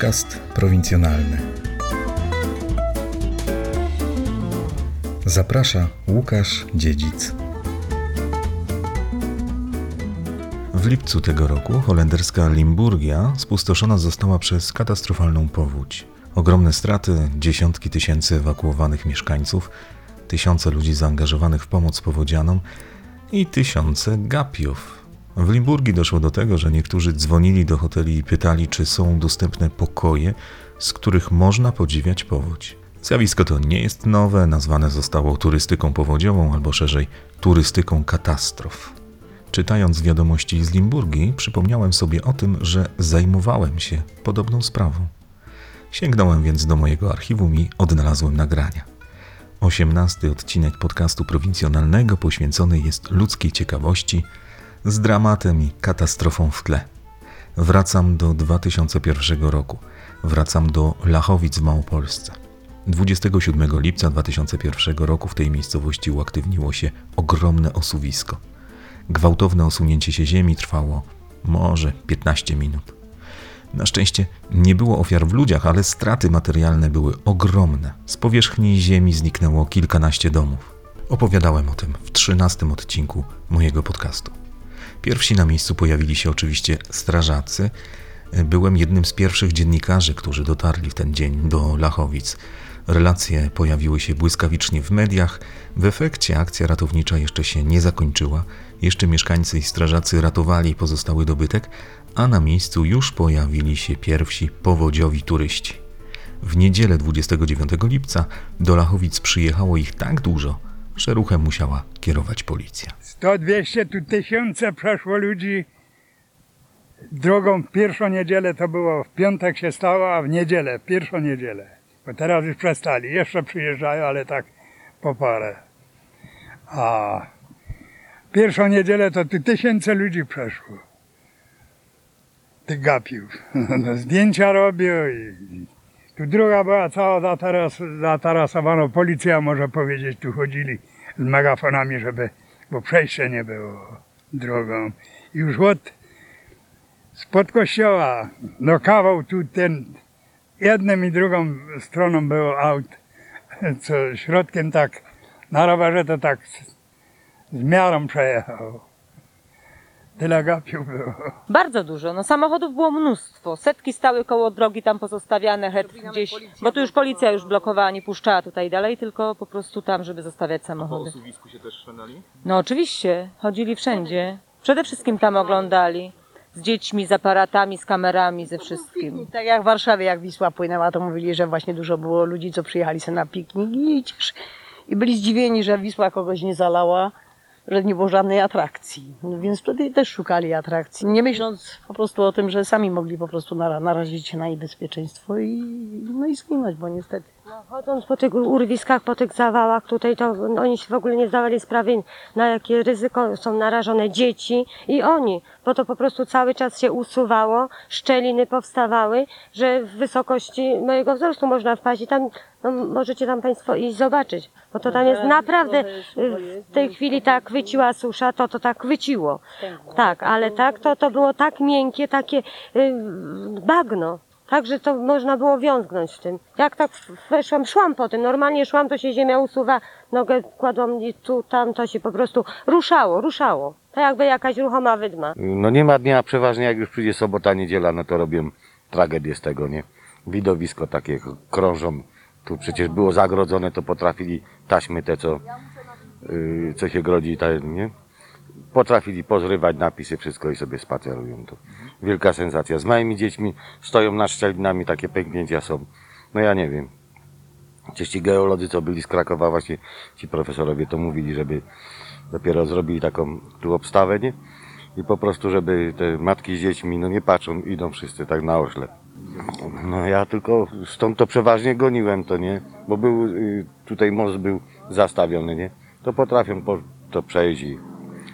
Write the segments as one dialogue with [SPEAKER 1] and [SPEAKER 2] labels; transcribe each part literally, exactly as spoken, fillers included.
[SPEAKER 1] Podcast prowincjonalny. Zaprasza Łukasz Dziedzic. W lipcu tego roku holenderska Limburgia spustoszona została przez katastrofalną powódź. Ogromne straty, dziesiątki tysięcy ewakuowanych mieszkańców, tysiące ludzi zaangażowanych w pomoc powodzianom i tysiące gapiów. W Limburgii doszło do tego, że niektórzy dzwonili do hoteli i pytali, czy są dostępne pokoje, z których można podziwiać powódź. Zjawisko to nie jest nowe, nazwane zostało turystyką powodziową albo szerzej turystyką katastrof. Czytając wiadomości z Limburgii, przypomniałem sobie o tym, że zajmowałem się podobną sprawą. Sięgnąłem więc do mojego archiwum i odnalazłem nagrania. Osiemnasty odcinek podcastu prowincjonalnego poświęcony jest ludzkiej ciekawości z dramatem i katastrofą w tle. Wracam do dwa tysiące pierwszego roku. Wracam do Lachowic w Małopolsce. dwudziestego siódmego lipca dwa tysiące pierwszego roku w tej miejscowości uaktywniło się ogromne osuwisko. Gwałtowne osunięcie się ziemi trwało może piętnaście minut. Na szczęście nie było ofiar w ludziach, ale straty materialne były ogromne. Z powierzchni ziemi zniknęło kilkanaście domów. Opowiadałem o tym w trzynastym odcinku mojego podcastu. Pierwsi na miejscu pojawili się oczywiście strażacy. Byłem jednym z pierwszych dziennikarzy, którzy dotarli w ten dzień do Lachowic. Relacje pojawiły się błyskawicznie w mediach. W efekcie akcja ratownicza jeszcze się nie zakończyła. Jeszcze mieszkańcy i strażacy ratowali pozostały dobytek, a na miejscu już pojawili się pierwsi powodziowi turyści. W niedzielę dwudziestego dziewiątego lipca do Lachowic przyjechało ich tak dużo, że ruchem musiała kierować policja.
[SPEAKER 2] sto dwieście, tu tysiące przeszło ludzi. Drogą w pierwszą niedzielę to było, w piątek się stało, a w niedzielę, w pierwszą niedzielę. Bo teraz już przestali, jeszcze przyjeżdżają, ale tak po parę. A pierwszą niedzielę to tu tysiące ludzi przeszło. Tych gapiów. No, zdjęcia robią i tu droga była cała zataras, zatarasowana. Policja, może powiedzieć, tu chodzili z megafonami, żeby, bo przejście nie było drogą. Już od spod kościoła, no kawał tu ten, jedną i drugą stroną było aut, co środkiem tak, na rowerze to tak z, z miarą przejechał. Tyle gapiów było.
[SPEAKER 3] Bardzo dużo. No, samochodów było mnóstwo. Setki stały koło drogi tam pozostawiane het gdzieś, bo tu już policja już blokowała, nie puszczała tutaj dalej, tylko po prostu tam, żeby zostawiać samochody.
[SPEAKER 4] A po osuwisku się też szwendali?
[SPEAKER 3] No oczywiście, chodzili wszędzie. Przede wszystkim tam oglądali. Z dziećmi, z aparatami, z kamerami, ze wszystkim.
[SPEAKER 5] Tak jak w Warszawie, jak Wisła płynęła, to mówili, że właśnie dużo było ludzi, co przyjechali sobie na piknik i, cieszy, i byli zdziwieni, że Wisła kogoś nie zalała, że nie było żadnej atrakcji. No więc wtedy też szukali atrakcji, nie myśląc po prostu o tym, że sami mogli po prostu narazić się na niebezpieczeństwo i, no i zginąć, bo niestety.
[SPEAKER 6] No, chodząc po tych urwiskach, po tych zawałach tutaj, to oni się w ogóle nie zdawali sprawy, na jakie ryzyko są narażone dzieci i oni, bo to po prostu cały czas się usuwało, szczeliny powstawały, że w wysokości mojego wzrostu można wpaść i tam, no, możecie tam Państwo iść zobaczyć, bo to tam jest naprawdę, w tej chwili tak chwyciła susza, to to tak chwyciło, tak, ale tak, to to było tak miękkie, takie bagno. Tak, że to można było wiązgnąć w tym. Jak tak weszłam, szłam po tym, normalnie szłam, to się ziemia usuwa, nogę kładłam i tu, tam, to się po prostu ruszało, ruszało. Tak jakby jakaś ruchoma wydma.
[SPEAKER 7] No nie ma dnia, przeważnie jak już przyjdzie sobota, niedziela, no to robią tragedię z tego, nie? Widowisko takie krążą, tu przecież było zagrodzone, to potrafili taśmy te, co, yy, co się grodzi, ta, nie? Potrafili pozrywać napisy, wszystko i sobie spacerują tu. Wielka sensacja. Z małymi dziećmi stoją nad szczelinami, takie pęknięcia są. No ja nie wiem. Czy ci geolodzy, co byli z Krakowa, właśnie ci profesorowie to mówili, żeby dopiero zrobili taką tu obstawę, nie? I po prostu, żeby te matki z dziećmi, no nie patrzą, idą wszyscy tak na oślep. No ja tylko stąd to przeważnie goniłem to, nie? Bo był, tutaj most był zastawiony, nie? To potrafią to przejść i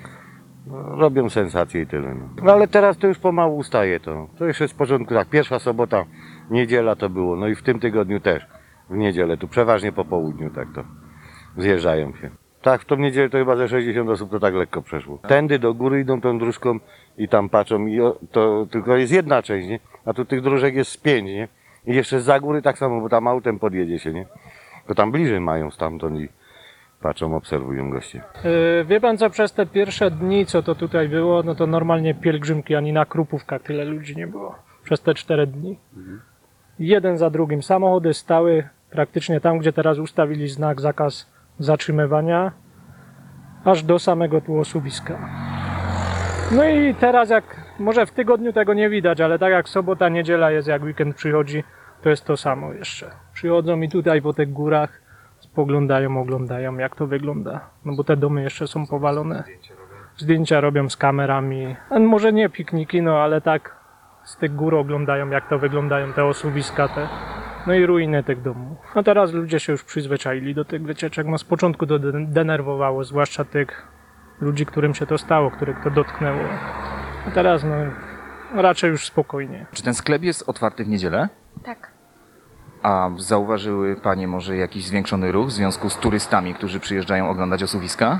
[SPEAKER 7] no, robią sensację i tyle. No. No ale teraz to już pomału ustaje to. To jeszcze jest w porządku. Tak, pierwsza sobota, niedziela to było. No i w tym tygodniu też. W niedzielę, tu przeważnie po południu tak to zjeżdżają się. Tak, w tą niedzielę to chyba ze sześćdziesiąt osób to tak lekko przeszło. Tędy do góry idą tą dróżką i tam patrzą i to tylko jest jedna część, nie? A tu tych dróżek jest z pięć, nie? I jeszcze za góry tak samo, bo tam autem podjedzie się, nie? Bo tam bliżej mają stamtąd i patrzą, obserwują goście.
[SPEAKER 4] Yy, Wie pan co, przez te pierwsze dni, co to tutaj było, no to normalnie pielgrzymki, ani na Krupówkach tyle ludzi nie było. Przez te cztery dni. Jeden za drugim. Samochody stały praktycznie tam, gdzie teraz ustawili znak zakaz zatrzymywania, aż do samego tu osuwiska. No i teraz jak, może w tygodniu tego nie widać, ale tak jak sobota, niedziela jest, jak weekend przychodzi, to jest to samo jeszcze. Przychodzą i tutaj po tych górach spoglądają, oglądają, jak to wygląda. No bo te domy jeszcze są powalone. Zdjęcia robią z kamerami. A może nie pikniki, no ale tak z tych gór oglądają, jak to wyglądają te osuwiska, te, no i ruiny tych domów. No teraz ludzie się już przyzwyczaili do tych wycieczek. No z początku to denerwowało, zwłaszcza tych ludzi, którym się to stało, których to dotknęło. A teraz no raczej już spokojnie.
[SPEAKER 8] Czy ten sklep jest otwarty w niedzielę?
[SPEAKER 9] Tak.
[SPEAKER 8] A zauważyły Panie może jakiś zwiększony ruch w związku z turystami, którzy przyjeżdżają oglądać osuwiska?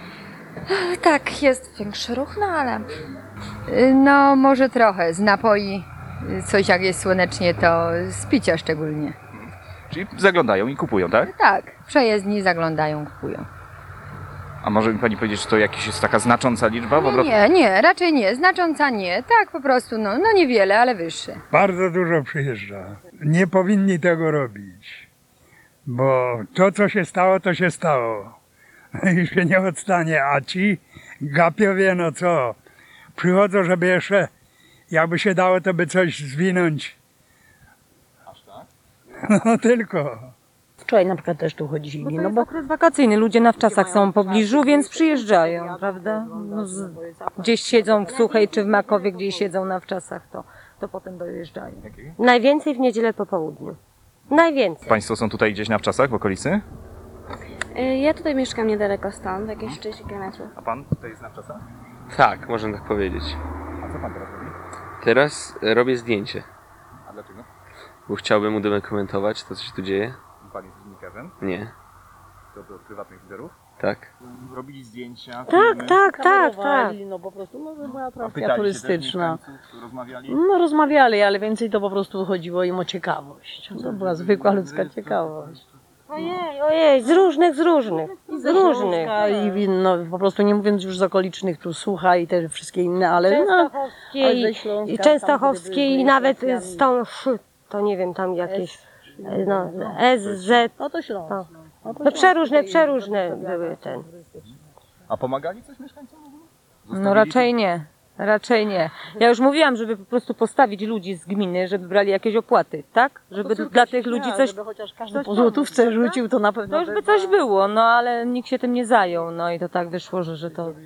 [SPEAKER 9] Tak, jest większy ruch, no ale y, no może trochę. Z napoi, y, coś jak jest słonecznie, to z picia szczególnie.
[SPEAKER 8] Czyli zaglądają i kupują, tak?
[SPEAKER 9] Tak, przejezdni zaglądają, kupują.
[SPEAKER 8] A może mi Pani powiedzieć, czy to jakaś jest taka znacząca liczba? W
[SPEAKER 9] Nie,
[SPEAKER 8] obro-
[SPEAKER 9] nie, nie, raczej nie, znacząca nie. Tak po prostu, no, no niewiele, ale wyższe.
[SPEAKER 2] Bardzo dużo przyjeżdża. Nie powinni tego robić, bo to, co się stało, to się stało. I się nie odstanie, a ci gapiowie, no co, przychodzą, żeby jeszcze, jakby się dało, to by coś zwinąć. Aż tak? No tylko.
[SPEAKER 5] Wczoraj na przykład też tu chodzili,
[SPEAKER 3] Bo to
[SPEAKER 5] no
[SPEAKER 3] jest
[SPEAKER 5] bo
[SPEAKER 3] okres wakacyjny, ludzie na wczasach są w pobliżu, więc przyjeżdżają, prawda? No z, gdzieś siedzą w Suchej czy w Makowie, gdzieś siedzą na wczasach, to, to potem dojeżdżają.
[SPEAKER 6] Najwięcej w niedzielę po południu. Najwięcej.
[SPEAKER 8] Państwo są tutaj gdzieś na wczasach w okolicy?
[SPEAKER 10] Ja tutaj mieszkam niedaleko stąd, jakieś trzydzieści kilometrów.
[SPEAKER 8] A Pan tutaj jest na wczasach?
[SPEAKER 11] Tak, można tak powiedzieć.
[SPEAKER 8] A co Pan teraz robi?
[SPEAKER 11] Teraz e, robię zdjęcie,
[SPEAKER 8] A dlaczego?
[SPEAKER 11] bo chciałbym udokumentować to, co się tu dzieje.
[SPEAKER 8] Pan jest dziennikarzem?
[SPEAKER 11] Nie,
[SPEAKER 8] To do prywatnych zbiorów?
[SPEAKER 11] tak.
[SPEAKER 8] Robili zdjęcia?
[SPEAKER 6] Tak, tak, tak, tak.
[SPEAKER 5] kamerowali, no po prostu, może była atrakcja turystyczna.
[SPEAKER 8] Rozmawiali?
[SPEAKER 5] No rozmawiali, ale więcej to po prostu chodziło im o ciekawość. To była zwykła ludzka ciekawość.
[SPEAKER 6] Ojej, ojej, z różnych, z różnych, z różnych.
[SPEAKER 5] I no, po prostu nie mówiąc już z okolicznych, tu Słucha i te wszystkie inne, ale no,
[SPEAKER 6] Częstochowskiej,
[SPEAKER 5] ale ze Śląska,
[SPEAKER 6] i
[SPEAKER 5] tam,
[SPEAKER 6] Częstochowskiej
[SPEAKER 5] gdzie
[SPEAKER 6] i
[SPEAKER 5] były
[SPEAKER 6] nawet
[SPEAKER 5] stacjami.
[SPEAKER 6] z tą, to nie wiem, tam jakieś, no, S Z,
[SPEAKER 5] No to Śląsk.
[SPEAKER 6] No.
[SPEAKER 5] No, to
[SPEAKER 6] no przeróżne,
[SPEAKER 5] Śląsk.
[SPEAKER 6] przeróżne były ten.
[SPEAKER 8] A pomagali coś mieszkańcom?
[SPEAKER 3] No raczej nie, raczej nie. Ja już mówiłam, żeby po prostu postawić ludzi z gminy, żeby brali jakieś opłaty, tak? Żeby dla tych ludzi coś,
[SPEAKER 5] Żeby chociaż każdy
[SPEAKER 3] coś
[SPEAKER 5] po złotówce rzucił, to na pewno...
[SPEAKER 3] no już by coś było, no ale nikt się tym nie zajął, no i to tak wyszło, że, że to...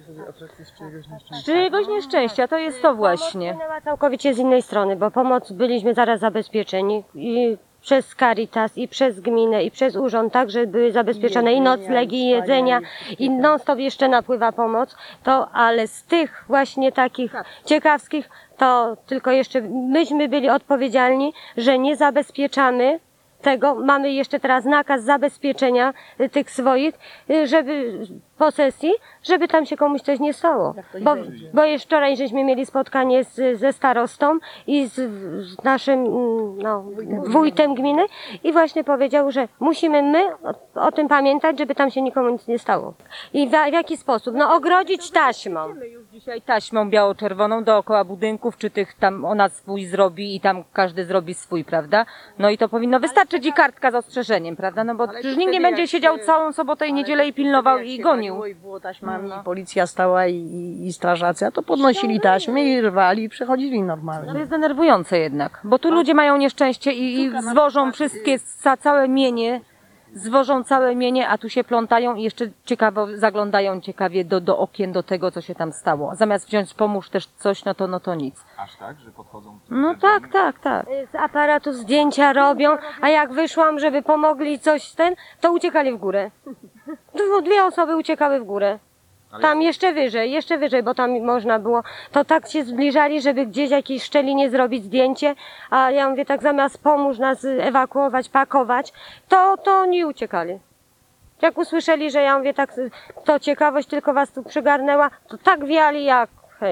[SPEAKER 3] Z czyjegoś nieszczęścia, to jest to właśnie.
[SPEAKER 6] Płynęła całkowicie z innej strony, bo pomoc byliśmy zaraz zabezpieczeni i przez Caritas, i przez gminę, i przez urząd, tak, że były zabezpieczone i noclegi, i jedzenia, i non stop jeszcze napływa pomoc, to ale z tych właśnie takich ciekawskich, to tylko jeszcze myśmy byli odpowiedzialni, że nie zabezpieczamy tego, mamy jeszcze teraz nakaz zabezpieczenia y, tych swoich, y, żeby posesji, żeby tam się komuś coś nie stało. Bo, bo jeszcze wczoraj żeśmy mieli spotkanie z, ze starostą i z, z naszym mm, no, wójtem gminy i właśnie powiedział, że musimy my o, o tym pamiętać, żeby tam się nikomu nic nie stało. I w, w jaki sposób? No ogrodzić taśmą.
[SPEAKER 3] Już dzisiaj taśmą biało-czerwoną dookoła budynków, czy tych tam ona swój zrobi i tam każdy zrobi swój, prawda? No i to powinno wystarczyć i kartka z ostrzeżeniem, prawda? No bo przecież nikt nie będzie siedział całą sobotę i niedzielę i pilnował i gonił.
[SPEAKER 5] I było taśmami, i policja stała i, i, i strażacy, a to podnosili taśmy i rwali i przechodzili
[SPEAKER 3] To
[SPEAKER 5] normalnie.
[SPEAKER 3] jest denerwujące jednak, bo tu ludzie mają nieszczęście i, i zwożą wszystkie, ca, całe mienie, zwożą całe mienie, a tu się plątają i jeszcze ciekawo zaglądają ciekawie do, do okien, do tego, co się tam stało. Zamiast wziąć pomóż też coś, no to, no to nic.
[SPEAKER 8] Aż tak, że podchodzą?
[SPEAKER 3] No tak, tak, tak.
[SPEAKER 6] Z aparatu zdjęcia robią, a jak wyszłam, żeby pomogli coś ten, to uciekali w górę. Dwu- Dwie osoby uciekały w górę. Tam jeszcze wyżej, jeszcze wyżej, bo tam można było, to tak się zbliżali, żeby gdzieś jakiejś szczelinie zrobić zdjęcie, a ja mówię tak zamiast pomóż nas ewakuować, pakować, to, to oni uciekali. Jak usłyszeli, że ja mówię tak, to ciekawość tylko was tu przygarnęła, to tak wiali jak, hej.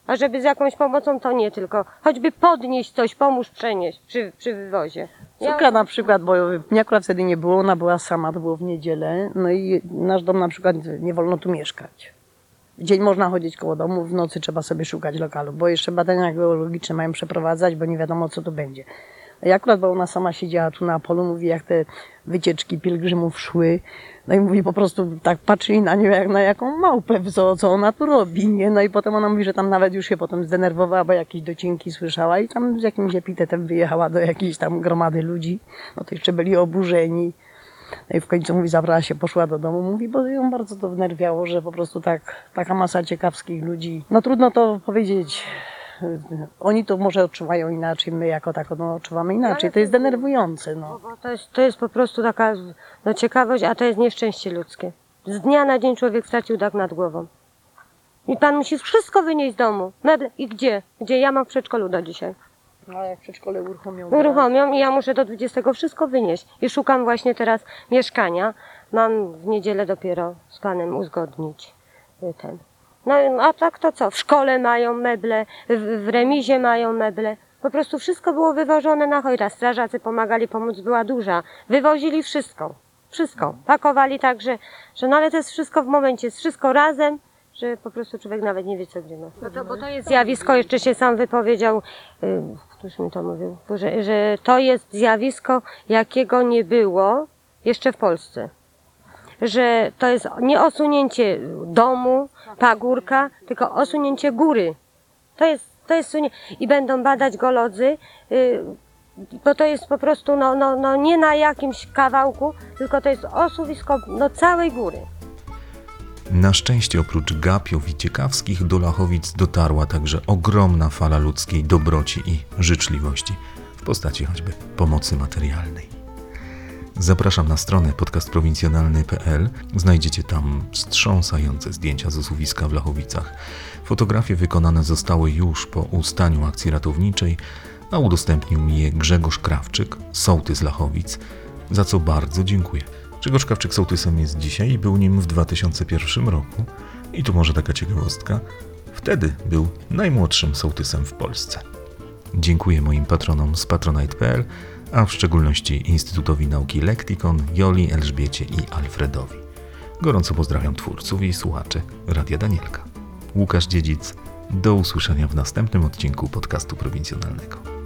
[SPEAKER 6] A żeby z jakąś pomocą, to nie tylko. Choćby podnieść coś, pomóż przenieść przy, przy wywozie.
[SPEAKER 5] Córka na przykład, bo mnie akurat wtedy nie było, ona była sama, to było w niedzielę, no i nasz dom na przykład nie wolno tu mieszkać. W dzień można chodzić koło domu, w nocy trzeba sobie szukać lokalu, bo jeszcze badania geologiczne mają przeprowadzać, bo nie wiadomo co tu będzie. I akurat, bo ona sama siedziała tu na polu, mówi jak te wycieczki pielgrzymów szły, no i mówi po prostu tak patrzyli na nią jak na jaką małpę, co, co ona tu robi, nie? No i potem ona mówi, że tam nawet już się potem zdenerwowała, bo jakieś docinki słyszała i tam z jakimś epitetem wyjechała do jakiejś tam gromady ludzi, no to jeszcze byli oburzeni. No i w końcu mówi, zabrała się, poszła do domu, mówi, bo ją bardzo to wnerwiało, że po prostu tak, taka masa ciekawskich ludzi. No trudno to powiedzieć. Oni to może odczuwają inaczej, my jako tako no, odczuwamy inaczej. To jest denerwujące. No.
[SPEAKER 6] Bo to, jest, to jest po prostu taka no, ciekawość, a to jest nieszczęście ludzkie. Z dnia na dzień człowiek stracił dach nad głową. I pan musi wszystko wynieść z domu. Meble. I gdzie? Gdzie? Ja mam w przedszkolu do dzisiaj.
[SPEAKER 5] No a jak w przedszkole uruchomią?
[SPEAKER 6] Uruchomią i ja muszę do dwudziestego wszystko wynieść. I szukam właśnie teraz mieszkania. Mam w niedzielę dopiero z panem uzgodnić ten. No a tak to co? W szkole mają meble, w, w remizie mają meble. Po prostu wszystko było wywożone na hojra. Strażacy pomagali, pomoc była duża. Wywozili wszystko. Wszystko. Pakowali tak, że, że no ale to jest wszystko w momencie, jest wszystko razem, że po prostu człowiek nawet nie wie co gdzie ma. Bo to, bo to jest zjawisko, jeszcze się sam wypowiedział, yy, ktoś mi to mówił, że, że to jest zjawisko, jakiego nie było jeszcze w Polsce. Że to jest nie osunięcie domu, pagórka, tylko osunięcie góry. To jest, to jest sunie... I będą badać golodzy, yy, bo to jest po prostu no, no, no nie na jakimś kawałku, tylko to jest osuwisko no, całej góry.
[SPEAKER 1] Na szczęście oprócz gapiów i ciekawskich do Lachowic dotarła także ogromna fala ludzkiej dobroci i życzliwości w postaci choćby pomocy materialnej. Zapraszam na stronę podcastprowincjonalny kropka p l. Znajdziecie tam wstrząsające zdjęcia z osuwiska w Lachowicach. Fotografie wykonane zostały już po ustaniu akcji ratowniczej, a udostępnił mi je Grzegorz Krawczyk, sołtys z Lachowic, za co bardzo dziękuję. Grzegorz Krawczyk sołtysem jest dzisiaj i był nim w dwa tysiące pierwszym roku. I tu może taka ciekawostka. Wtedy był najmłodszym sołtysem w Polsce. Dziękuję moim patronom z patronite kropka p l, a w szczególności Instytutowi Nauki Lektikon, Joli, Elżbiecie i Alfredowi. Gorąco pozdrawiam twórców i słuchaczy Radia Danielka. Łukasz Dziedzic, do usłyszenia w następnym odcinku podcastu prowincjonalnego.